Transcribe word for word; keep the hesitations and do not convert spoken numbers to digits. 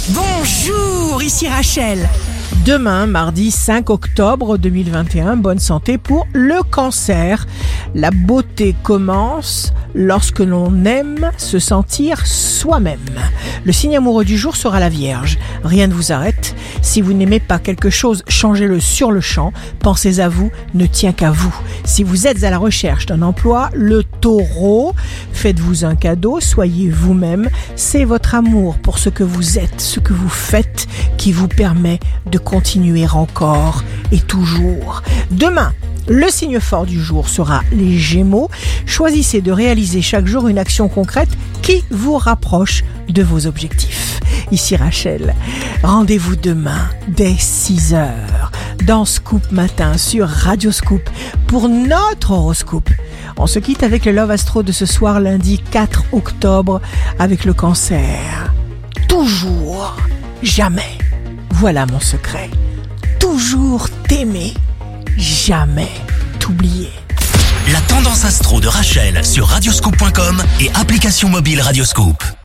Bonjour, ici Rachel. Demain, mardi cinq octobre deux mille vingt et un, bonne santé pour le cancer. La beauté commence lorsque l'on aime se sentir soi-même. Le signe amoureux du jour sera la Vierge. Rien ne vous arrête. Si vous n'aimez pas quelque chose, changez-le sur le champ. Pensez à vous, ne tient qu'à vous. Si vous êtes à la recherche d'un emploi, le Taureau, faites-vous un cadeau, soyez vous-même. C'est votre amour pour ce que vous êtes, ce que vous faites, qui vous permet de continuer encore et toujours. Demain, le signe fort du jour sera les Gémeaux. Choisissez de réaliser chaque jour une action concrète qui vous rapproche de vos objectifs. Ici Rachel, rendez-vous demain dès six heures dans Scoop Matin sur Radio Scoop pour notre horoscope. On se quitte avec le Love Astro de ce soir lundi quatre octobre avec le Cancer. Toujours, jamais. Voilà mon secret. Toujours t'aimer, jamais t'oublier. La tendance astro de Rachel sur radioscoop point com et application mobile Radioscoop.